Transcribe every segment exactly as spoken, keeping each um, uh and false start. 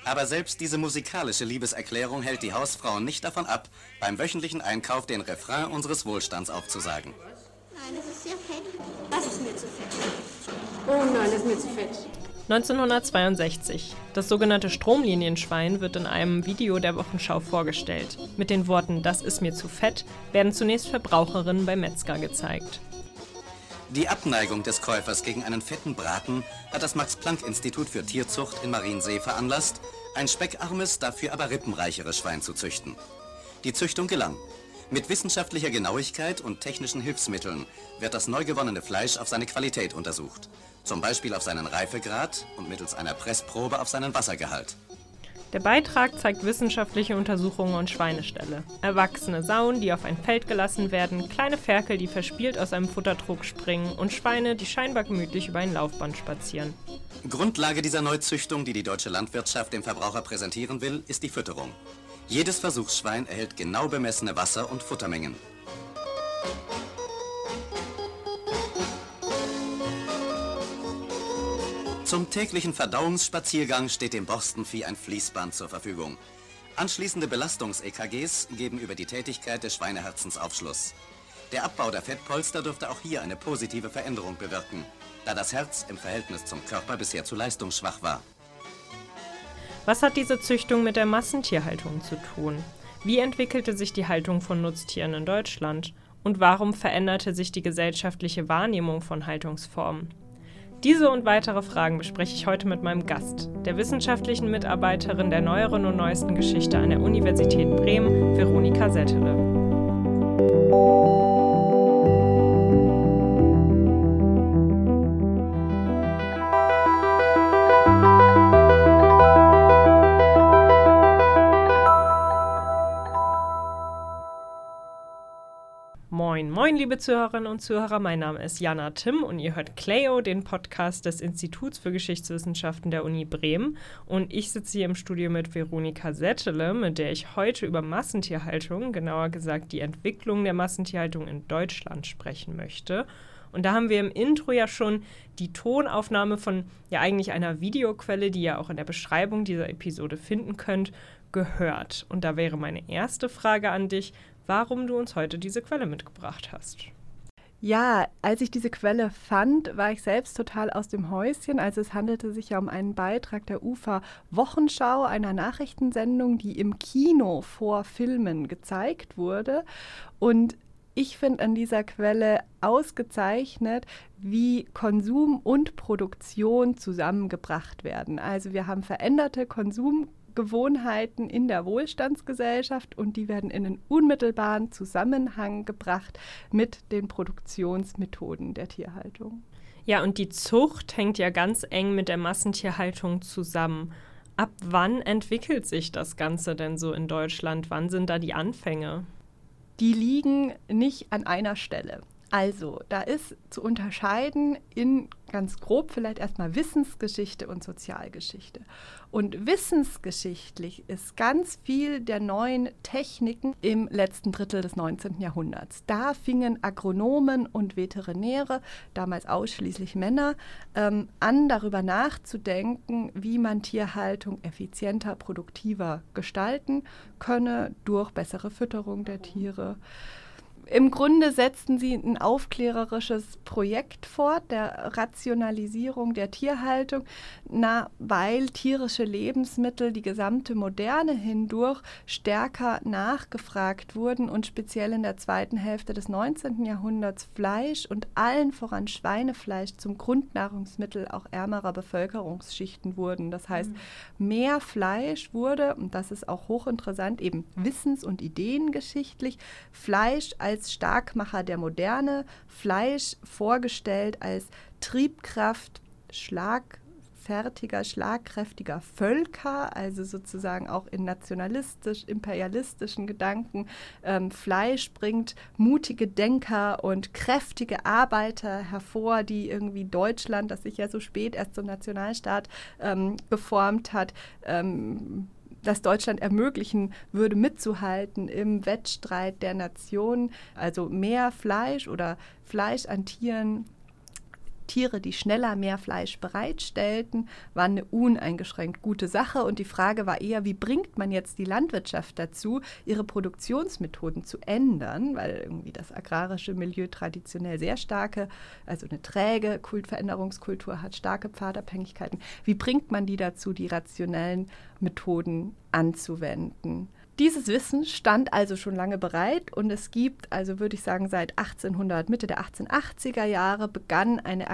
Aber selbst diese musikalische Liebeserklärung hält die Hausfrauen nicht davon ab, beim wöchentlichen Einkauf den Refrain unseres Wohlstands aufzusagen. Nein, das ist sehr fett. Das ist mir zu fett. Oh nein, das ist mir zu fett. neunzehnhundertzweiundsechzig. Das sogenannte Stromlinienschwein wird in einem Video der Wochenschau vorgestellt. Mit den Worten „Das ist mir zu fett" werden zunächst Verbraucherinnen beim Metzger gezeigt. Die Abneigung des Käufers gegen einen fetten Braten hat das Max-Planck-Institut für Tierzucht in Mariensee veranlasst, ein speckarmes, dafür aber rippenreicheres Schwein zu züchten. Die Züchtung gelang. Mit wissenschaftlicher Genauigkeit und technischen Hilfsmitteln wird das neu gewonnene Fleisch auf seine Qualität untersucht. Zum Beispiel auf seinen Reifegrad und mittels einer Pressprobe auf seinen Wassergehalt. Der Beitrag zeigt wissenschaftliche Untersuchungen und Schweineställe. Erwachsene Sauen, die auf ein Feld gelassen werden, kleine Ferkel, die verspielt aus einem Futtertrog springen und Schweine, die scheinbar gemütlich über ein Laufband spazieren. Grundlage dieser Neuzüchtung, die die deutsche Landwirtschaft dem Verbraucher präsentieren will, ist die Fütterung. Jedes Versuchsschwein erhält genau bemessene Wasser- und Futtermengen. Zum täglichen Verdauungsspaziergang steht dem Borstenvieh ein Fließband zur Verfügung. Anschließende Belastungs-E K Gs geben über die Tätigkeit des Schweineherzens Aufschluss. Der Abbau der Fettpolster dürfte auch hier eine positive Veränderung bewirken, da das Herz im Verhältnis zum Körper bisher zu leistungsschwach war. Was hat diese Züchtung mit der Massentierhaltung zu tun? Wie entwickelte sich die Haltung von Nutztieren in Deutschland? Und warum veränderte sich die gesellschaftliche Wahrnehmung von Haltungsformen? Diese und weitere Fragen bespreche ich heute mit meinem Gast, der wissenschaftlichen Mitarbeiterin der neueren und neuesten Geschichte an der Universität Bremen, Veronika Settele. Moin, moin, liebe Zuhörerinnen und Zuhörer, mein Name ist Jana Timm und ihr hört Cleo, den Podcast des Instituts für Geschichtswissenschaften der Uni Bremen. Und ich sitze hier im Studio mit Veronika Settele, mit der ich heute über Massentierhaltung, genauer gesagt die Entwicklung der Massentierhaltung in Deutschland sprechen möchte. Und da haben wir im Intro ja schon die Tonaufnahme von ja eigentlich einer Videoquelle, die ihr auch in der Beschreibung dieser Episode finden könnt, gehört. Und da wäre meine erste Frage an dich, warum du uns heute diese Quelle mitgebracht hast. Ja, als ich diese Quelle fand, war ich selbst total aus dem Häuschen. Also es handelte sich ja um einen Beitrag der U F A-Wochenschau, einer Nachrichtensendung, die im Kino vor Filmen gezeigt wurde. Und ich finde an dieser Quelle ausgezeichnet, wie Konsum und Produktion zusammengebracht werden. Also wir haben veränderte Konsumgewohnheiten in der Wohlstandsgesellschaft und die werden in einen unmittelbaren Zusammenhang gebracht mit den Produktionsmethoden der Tierhaltung. Ja, und die Zucht hängt ja ganz eng mit der Massentierhaltung zusammen. Ab wann entwickelt sich das Ganze denn so in Deutschland? Wann sind da die Anfänge? Die liegen nicht an einer Stelle. Also, da ist zu unterscheiden in ganz grob vielleicht erstmal Wissensgeschichte und Sozialgeschichte. Und wissensgeschichtlich ist ganz viel der neuen Techniken im letzten Drittel des neunzehnten Jahrhunderts. Da fingen Agronomen und Veterinäre, damals ausschließlich Männer, ähm, an, darüber nachzudenken, wie man Tierhaltung effizienter, produktiver gestalten könne durch bessere Fütterung der Tiere. Im Grunde setzten sie ein aufklärerisches Projekt fort, der Rationalisierung der Tierhaltung, na, weil tierische Lebensmittel die gesamte Moderne hindurch stärker nachgefragt wurden und speziell in der zweiten Hälfte des neunzehnten Jahrhunderts Fleisch und allen voran Schweinefleisch zum Grundnahrungsmittel auch ärmerer Bevölkerungsschichten wurden. Das heißt, mhm. mehr Fleisch wurde, und das ist auch hochinteressant, eben wissens- und ideengeschichtlich, Fleisch als Starkmacher der Moderne, Fleisch vorgestellt als Triebkraft schlagfertiger, schlagkräftiger Völker, also sozusagen auch in nationalistisch-imperialistischen Gedanken. Ähm, Fleisch bringt mutige Denker und kräftige Arbeiter hervor, die irgendwie Deutschland, das sich ja so spät erst zum Nationalstaat ähm, geformt hat, ähm, das Deutschland ermöglichen würde, mitzuhalten im Wettstreit der Nationen. Also mehr Fleisch oder Fleisch an Tieren Tiere, die schneller mehr Fleisch bereitstellten, waren eine uneingeschränkt gute Sache. Und die Frage war eher, wie bringt man jetzt die Landwirtschaft dazu, ihre Produktionsmethoden zu ändern, weil irgendwie das agrarische Milieu traditionell sehr starke, also eine träge Kultveränderungskultur hat, starke Pfadabhängigkeiten. Wie bringt man die dazu, die rationellen Methoden anzuwenden? Dieses Wissen stand also schon lange bereit und es gibt, also würde ich sagen, seit achtzehnhundert, Mitte der achtzehnhundertachtziger Jahre begann eine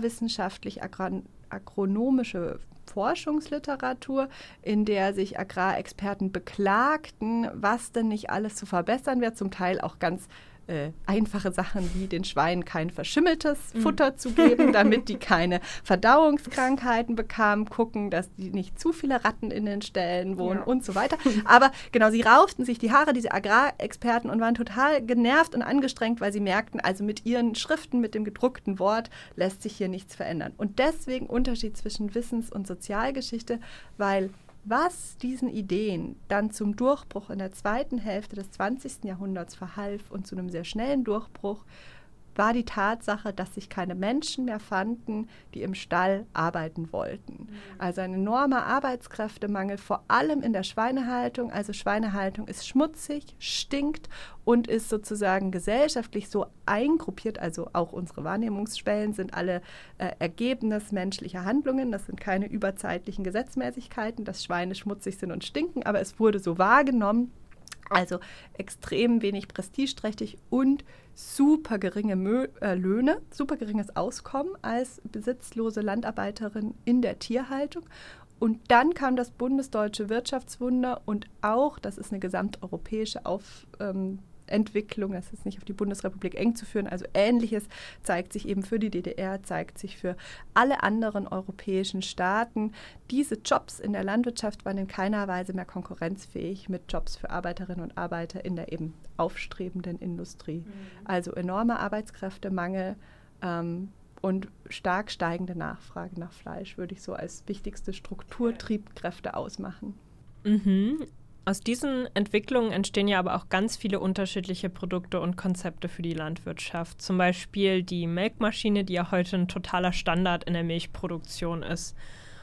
agrarwissenschaftlich-agronomische Forschungsliteratur, in der sich Agrarexperten beklagten, was denn nicht alles zu verbessern wäre, zum Teil auch ganz Äh, einfache Sachen wie den Schweinen kein verschimmeltes mm. Futter zu geben, damit die keine Verdauungskrankheiten bekamen, gucken, dass die nicht zu viele Ratten in den Ställen wohnen ja. und so weiter. Aber genau, sie rauften sich die Haare, diese Agrarexperten, und waren total genervt und angestrengt, weil sie merkten, also mit ihren Schriften, mit dem gedruckten Wort lässt sich hier nichts verändern. Und deswegen Unterschied zwischen Wissens- und Sozialgeschichte, weil was diesen Ideen dann zum Durchbruch in der zweiten Hälfte des zwanzigsten Jahrhunderts verhalf und zu einem sehr schnellen Durchbruch, war die Tatsache, dass sich keine Menschen mehr fanden, die im Stall arbeiten wollten. Mhm. Also ein enormer Arbeitskräftemangel, vor allem in der Schweinehaltung. Also Schweinehaltung ist schmutzig, stinkt und ist sozusagen gesellschaftlich so eingruppiert, also auch unsere Wahrnehmungsschwellen sind alle äh, Ergebnis menschlicher Handlungen. Das sind keine überzeitlichen Gesetzmäßigkeiten, dass Schweine schmutzig sind und stinken, aber es wurde so wahrgenommen. Also extrem wenig prestigeträchtig und super geringe Mö- äh, Löhne, super geringes Auskommen als besitzlose Landarbeiterin in der Tierhaltung. Und dann kam das bundesdeutsche Wirtschaftswunder und auch, das ist eine gesamteuropäische Auf, ähm, Entwicklung, das ist nicht auf die Bundesrepublik eng zu führen, also Ähnliches zeigt sich eben für die D D R, zeigt sich für alle anderen europäischen Staaten. Diese Jobs in der Landwirtschaft waren in keiner Weise mehr konkurrenzfähig mit Jobs für Arbeiterinnen und Arbeiter in der eben aufstrebenden Industrie. Mhm. Also enormer Arbeitskräftemangel ähm, und stark steigende Nachfrage nach Fleisch würde ich so als wichtigste Strukturtriebkräfte ausmachen. Mhm. Aus diesen Entwicklungen entstehen ja aber auch ganz viele unterschiedliche Produkte und Konzepte für die Landwirtschaft. Zum Beispiel die Melkmaschine, die ja heute ein totaler Standard in der Milchproduktion ist.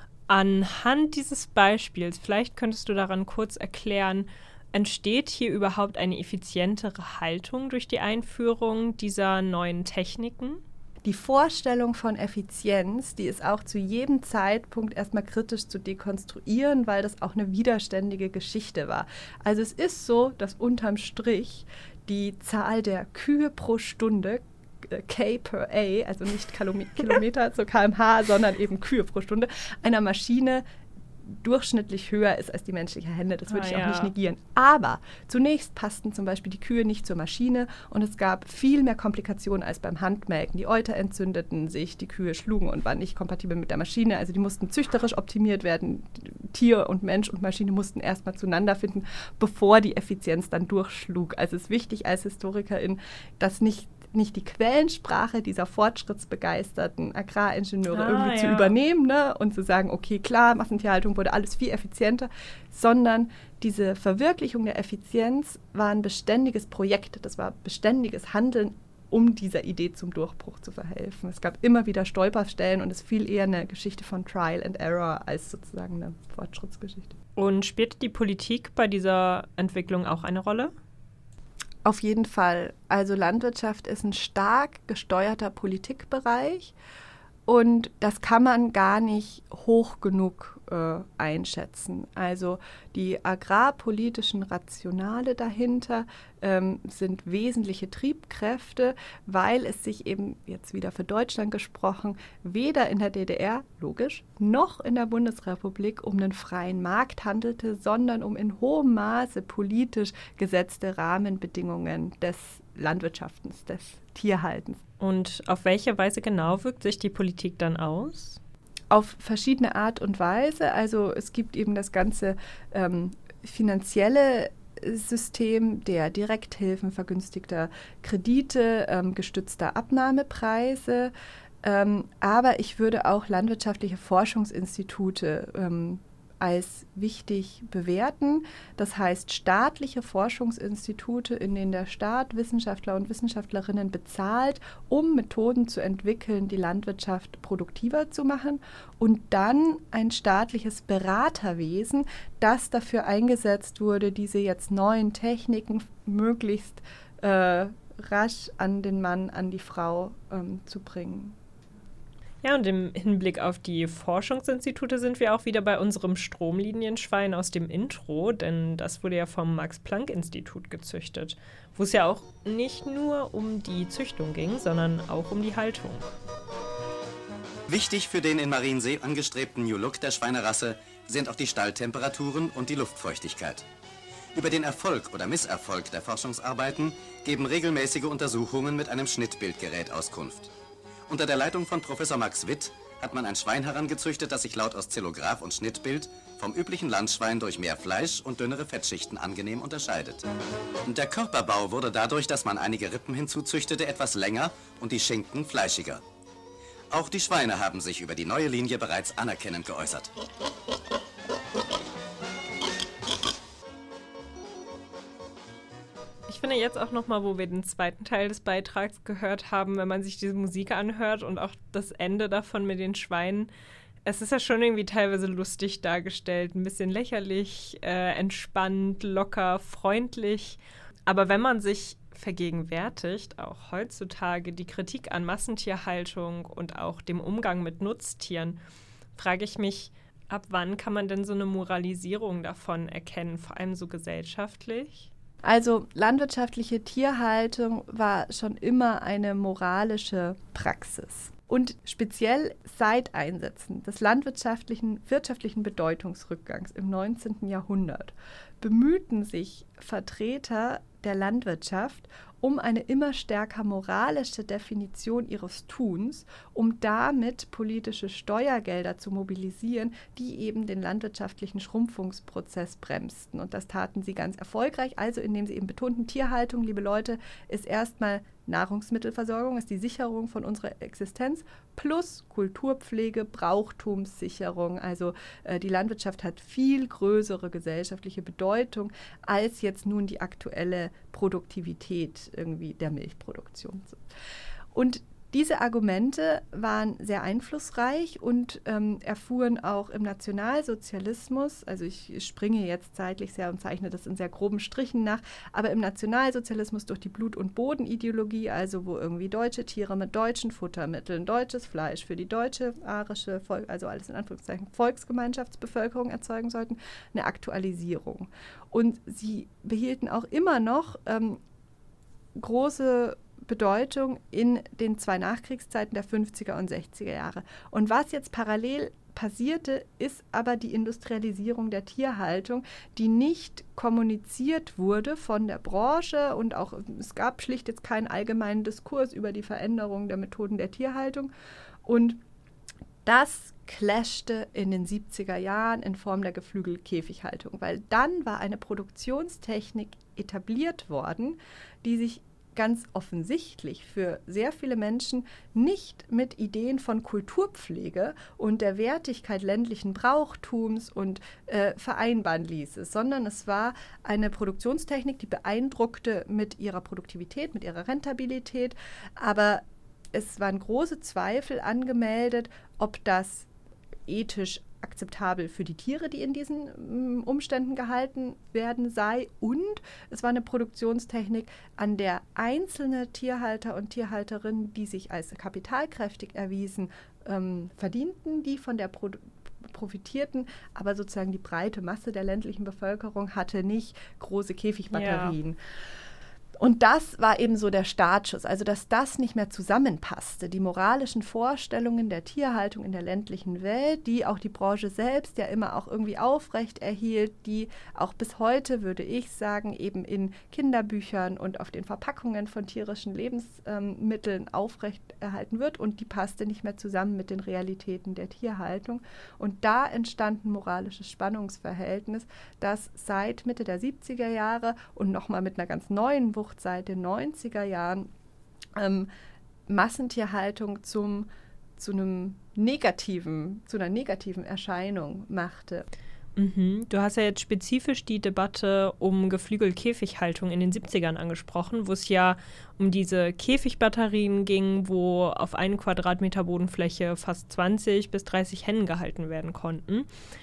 Anhand dieses Beispiels, vielleicht könntest du daran kurz erklären, entsteht hier überhaupt eine effizientere Haltung durch die Einführung dieser neuen Techniken? Die Vorstellung von Effizienz, die ist auch zu jedem Zeitpunkt erstmal kritisch zu dekonstruieren, weil das auch eine widerständige Geschichte war. Also es ist so, dass unterm Strich die Zahl der Kühe pro Stunde, äh, K per A, also nicht Kilome- Kilometer zu K M H, sondern eben Kühe pro Stunde, einer Maschine durchschnittlich höher ist als die menschliche Hände. Das würde ah, ich auch ja. nicht negieren. Aber zunächst passten zum Beispiel die Kühe nicht zur Maschine und es gab viel mehr Komplikationen als beim Handmelken. Die Euter entzündeten sich, die Kühe schlugen und waren nicht kompatibel mit der Maschine. Also die mussten züchterisch optimiert werden. Tier und Mensch und Maschine mussten erstmal zueinander finden, bevor die Effizienz dann durchschlug. Also es ist wichtig als Historikerin, dass nicht nicht die Quellensprache dieser fortschrittsbegeisterten Agraringenieure ah, irgendwie ja. zu übernehmen, ne, und zu sagen, okay, klar, Massentierhaltung wurde alles viel effizienter, sondern diese Verwirklichung der Effizienz war ein beständiges Projekt, das war beständiges Handeln, um dieser Idee zum Durchbruch zu verhelfen. Es gab immer wieder Stolperstellen und es ist viel eher eine Geschichte von Trial and Error als sozusagen eine Fortschrittsgeschichte. Und spielt die Politik bei dieser Entwicklung auch eine Rolle? Auf jeden Fall. Also Landwirtschaft ist ein stark gesteuerter Politikbereich und das kann man gar nicht hoch genug äh, einschätzen. Also die agrarpolitischen Rationale dahinter ähm, sind wesentliche Triebkräfte, weil es sich eben, jetzt wieder für Deutschland gesprochen, weder in der D D R, logisch, noch in der Bundesrepublik um einen freien Markt handelte, sondern um in hohem Maße politisch gesetzte Rahmenbedingungen des Landwirtschaftens, des Tierhaltens. Und auf welche Weise genau wirkt sich die Politik dann aus? Auf verschiedene Art und Weise. Also es gibt eben das ganze ähm, finanzielle System der Direkthilfen, vergünstigter Kredite, ähm, gestützter Abnahmepreise. Ähm, aber ich würde auch landwirtschaftliche Forschungsinstitute ähm, als wichtig bewerten. Das heißt, staatliche Forschungsinstitute, in denen der Staat Wissenschaftler und Wissenschaftlerinnen bezahlt, um Methoden zu entwickeln, die Landwirtschaft produktiver zu machen. Und dann ein staatliches Beraterwesen, das dafür eingesetzt wurde, diese jetzt neuen Techniken möglichst äh, rasch an den Mann, an die Frau ähm, zu bringen. Ja, und im Hinblick auf die Forschungsinstitute sind wir auch wieder bei unserem Stromlinienschwein aus dem Intro, denn das wurde ja vom Max-Planck-Institut gezüchtet, wo es ja auch nicht nur um die Züchtung ging, sondern auch um die Haltung. Wichtig für den in Mariensee angestrebten New Look der Schweinerasse sind auch die Stalltemperaturen und die Luftfeuchtigkeit. Über den Erfolg oder Misserfolg der Forschungsarbeiten geben regelmäßige Untersuchungen mit einem Schnittbildgerät Auskunft. Unter der Leitung von Professor Max Witt hat man ein Schwein herangezüchtet, das sich laut Oszillograph und Schnittbild vom üblichen Landschwein durch mehr Fleisch und dünnere Fettschichten angenehm unterscheidet. Der Körperbau wurde dadurch, dass man einige Rippen hinzuzüchtete, etwas länger und die Schinken fleischiger. Auch die Schweine haben sich über die neue Linie bereits anerkennend geäußert. Ich finde jetzt auch nochmal, wo wir den zweiten Teil des Beitrags gehört haben, wenn man sich diese Musik anhört und auch das Ende davon mit den Schweinen, es ist ja schon irgendwie teilweise lustig dargestellt, ein bisschen lächerlich, äh, entspannt, locker, freundlich. Aber wenn man sich vergegenwärtigt, auch heutzutage die Kritik an Massentierhaltung und auch dem Umgang mit Nutztieren, frage ich mich, ab wann kann man denn so eine Moralisierung davon erkennen, vor allem so gesellschaftlich? Also landwirtschaftliche Tierhaltung war schon immer eine moralische Praxis. Und speziell seit Einsetzen des landwirtschaftlichen, wirtschaftlichen Bedeutungsrückgangs im neunzehnten Jahrhundert bemühten sich Vertreter der Landwirtschaft um eine immer stärker moralische Definition ihres Tuns, um damit politische Steuergelder zu mobilisieren, die eben den landwirtschaftlichen Schrumpfungsprozess bremsten. Und das taten sie ganz erfolgreich, also indem sie eben betonten, Tierhaltung, liebe Leute, ist erstmal Nahrungsmittelversorgung, ist die Sicherung von unserer Existenz, plus Kulturpflege, Brauchtumssicherung. Also äh, die Landwirtschaft hat viel größere gesellschaftliche Bedeutung als jetzt nun die aktuelle Produktivität irgendwie der Milchproduktion. Und diese Argumente waren sehr einflussreich und ähm, erfuhren auch im Nationalsozialismus, also ich springe jetzt zeitlich sehr und zeichne das in sehr groben Strichen nach, aber im Nationalsozialismus durch die Blut- und Bodenideologie, also wo irgendwie deutsche Tiere mit deutschen Futtermitteln, deutsches Fleisch für die deutsche, arische, also alles in Anführungszeichen Volksgemeinschaftsbevölkerung erzeugen sollten, eine Aktualisierung. Und sie behielten auch immer noch ähm, große Bedeutung in den zwei Nachkriegszeiten der fünfziger und sechziger Jahre. Und was jetzt parallel passierte, ist aber die Industrialisierung der Tierhaltung, die nicht kommuniziert wurde von der Branche und auch es gab schlicht jetzt keinen allgemeinen Diskurs über die Veränderung der Methoden der Tierhaltung. Und das clashte in den siebziger Jahren in Form der Geflügelkäfighaltung, weil dann war eine Produktionstechnik etabliert worden, die sich ganz offensichtlich für sehr viele Menschen nicht mit Ideen von Kulturpflege und der Wertigkeit ländlichen Brauchtums und äh, vereinbaren ließ, sondern es war eine Produktionstechnik, die beeindruckte mit ihrer Produktivität, mit ihrer Rentabilität, aber es waren große Zweifel angemeldet, ob das ethisch akzeptabel für die Tiere, die in diesen um, Umständen gehalten werden, sei. Und es war eine Produktionstechnik, an der einzelne Tierhalter und Tierhalterinnen, die sich als kapitalkräftig erwiesen, ähm, verdienten, die von der Pro- profitierten, aber sozusagen die breite Masse der ländlichen Bevölkerung hatte nicht große Käfigbatterien. Ja. Und das war eben so der Startschuss, also dass das nicht mehr zusammenpasste. Die moralischen Vorstellungen der Tierhaltung in der ländlichen Welt, die auch die Branche selbst ja immer auch irgendwie aufrecht erhielt, die auch bis heute, würde ich sagen, eben in Kinderbüchern und auf den Verpackungen von tierischen Lebensmitteln aufrecht erhalten wird. Und die passte nicht mehr zusammen mit den Realitäten der Tierhaltung. Und da entstand ein moralisches Spannungsverhältnis, das seit Mitte der siebziger Jahre und nochmal mit einer ganz neuen Wucht seit den neunziger Jahren ähm, Massentierhaltung zum, zu einem negativen, zu einer negativen Erscheinung machte. Mhm. Du hast ja jetzt spezifisch die Debatte um Geflügel-Käfighaltung in den siebzigern angesprochen, wo es ja um diese Käfigbatterien ging, wo auf einen Quadratmeter Bodenfläche fast zwanzig bis dreißig Hennen gehalten werden konnten.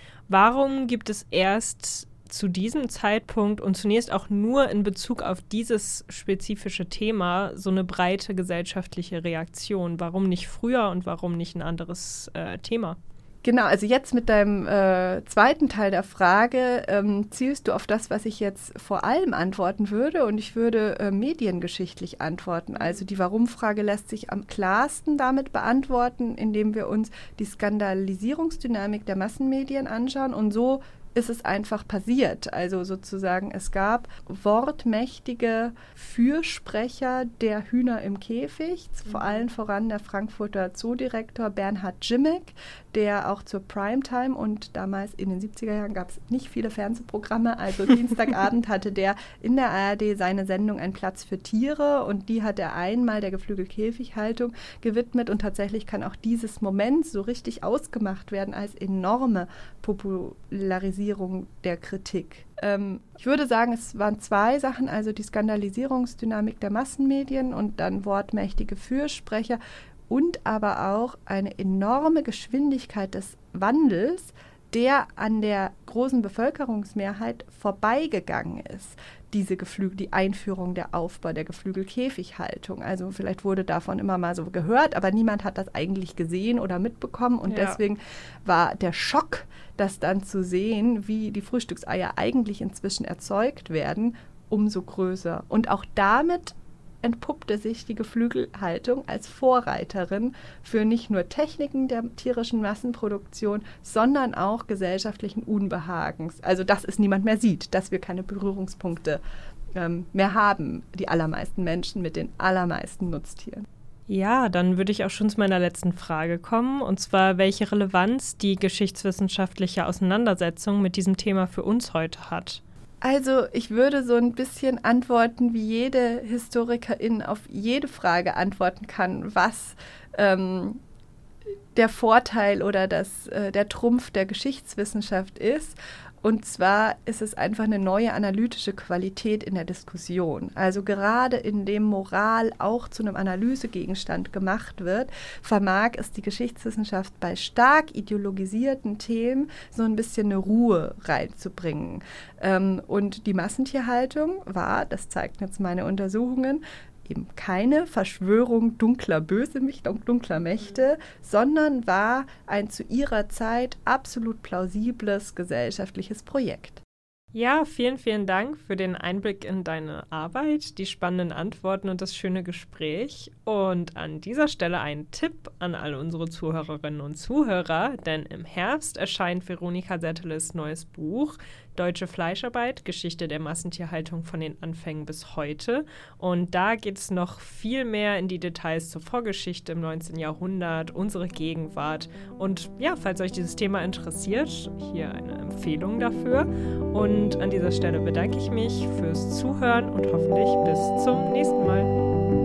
Warum gibt es erst zu diesem Zeitpunkt und zunächst auch nur in Bezug auf dieses spezifische Thema so eine breite gesellschaftliche Reaktion? Warum nicht früher und warum nicht ein anderes äh, Thema? Genau, also jetzt mit deinem äh, zweiten Teil der Frage ähm, zielst du auf das, was ich jetzt vor allem antworten würde, und ich würde äh, mediengeschichtlich antworten. Also die Warum-Frage lässt sich am klarsten damit beantworten, indem wir uns die Skandalisierungsdynamik der Massenmedien anschauen, und so ist es einfach passiert. Also sozusagen, es gab wortmächtige Fürsprecher der Hühner im Käfig, mhm. vor allem voran der Frankfurter Zoodirektor Bernhard Grzimek, der auch zur Primetime, und damals in den siebziger Jahren gab es nicht viele Fernsehprogramme, also Dienstagabend hatte der in der A R D seine Sendung Ein Platz für Tiere, und die hat er einmal der Geflügel-Käfighaltung gewidmet, und tatsächlich kann auch dieses Moment so richtig ausgemacht werden als enorme Popularisierung der Kritik. Ähm, ich würde sagen, es waren zwei Sachen, also die Skandalisierungsdynamik der Massenmedien und dann wortmächtige Fürsprecher und aber auch eine enorme Geschwindigkeit des Wandels, der an der großen Bevölkerungsmehrheit vorbeigegangen ist. Diese Geflügel, die Einführung, der Aufbau der Geflügel-Käfighaltung. Also vielleicht wurde davon immer mal so gehört, aber niemand hat das eigentlich gesehen oder mitbekommen. Und ja. deswegen war der Schock, das dann zu sehen, wie die Frühstückseier eigentlich inzwischen erzeugt werden, umso größer. Und auch damit entpuppte sich die Geflügelhaltung als Vorreiterin für nicht nur Techniken der tierischen Massenproduktion, sondern auch gesellschaftlichen Unbehagens. Also dass es niemand mehr sieht, dass wir keine Berührungspunkte ähm, mehr haben, die allermeisten Menschen mit den allermeisten Nutztieren. Ja, dann würde ich auch schon zu meiner letzten Frage kommen, und zwar, welche Relevanz die geschichtswissenschaftliche Auseinandersetzung mit diesem Thema für uns heute hat. Also ich würde so ein bisschen antworten, wie jede Historikerin auf jede Frage antworten kann, was ähm, der Vorteil oder das, äh, der Trumpf der Geschichtswissenschaft ist. Und zwar ist es einfach eine neue analytische Qualität in der Diskussion. Also gerade indem Moral auch zu einem Analysegegenstand gemacht wird, vermag es die Geschichtswissenschaft bei stark ideologisierten Themen so ein bisschen eine Ruhe reinzubringen. Ähm, und die Massentierhaltung war, das zeigten jetzt meine Untersuchungen, eben keine Verschwörung dunkler Bösemächte und dunkler Mächte, sondern war ein zu ihrer Zeit absolut plausibles gesellschaftliches Projekt. Ja, vielen, vielen Dank für den Einblick in deine Arbeit, die spannenden Antworten und das schöne Gespräch. Und an dieser Stelle ein Tipp an alle unsere Zuhörerinnen und Zuhörer, denn im Herbst erscheint Veronika Setteles neues Buch Deutsche Fleischarbeit, Geschichte der Massentierhaltung von den Anfängen bis heute. Und da geht es noch viel mehr in die Details zur Vorgeschichte im neunzehnten Jahrhundert, unsere Gegenwart. Und ja, falls euch dieses Thema interessiert, hier eine Empfehlung dafür. Und an dieser Stelle bedanke ich mich fürs Zuhören und hoffentlich bis zum nächsten Mal.